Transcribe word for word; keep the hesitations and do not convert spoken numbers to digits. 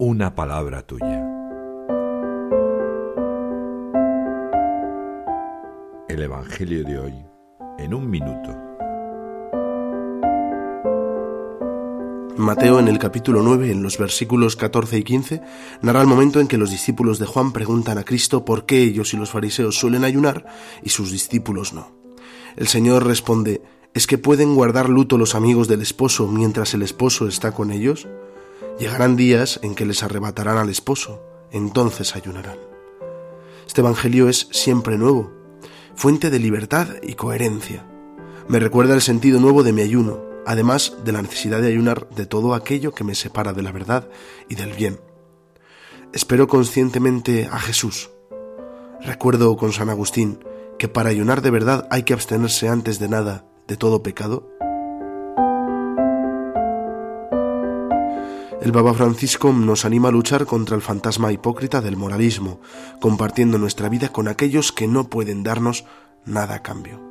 una palabra tuya. El Evangelio de hoy en un minuto. Mateo, en el capítulo nueve, en los versículos catorce y quince, narra el momento en que los discípulos de Juan preguntan a Cristo por qué ellos y los fariseos suelen ayunar y sus discípulos no. El Señor responde: ¿es que pueden guardar luto los amigos del esposo mientras el esposo está con ellos? Llegarán días en que les arrebatarán al esposo, entonces ayunarán. Este evangelio es siempre nuevo, fuente de libertad y coherencia. Me recuerda el sentido nuevo de mi ayuno, además de la necesidad de ayunar de todo aquello que me separa de la verdad y del bien. Espero conscientemente a Jesús. Recuerdo con San Agustín que para ayunar de verdad hay que abstenerse antes de nada de todo pecado. El Papa Francisco nos anima a luchar contra el fantasma hipócrita del moralismo, compartiendo nuestra vida con aquellos que no pueden darnos nada a cambio.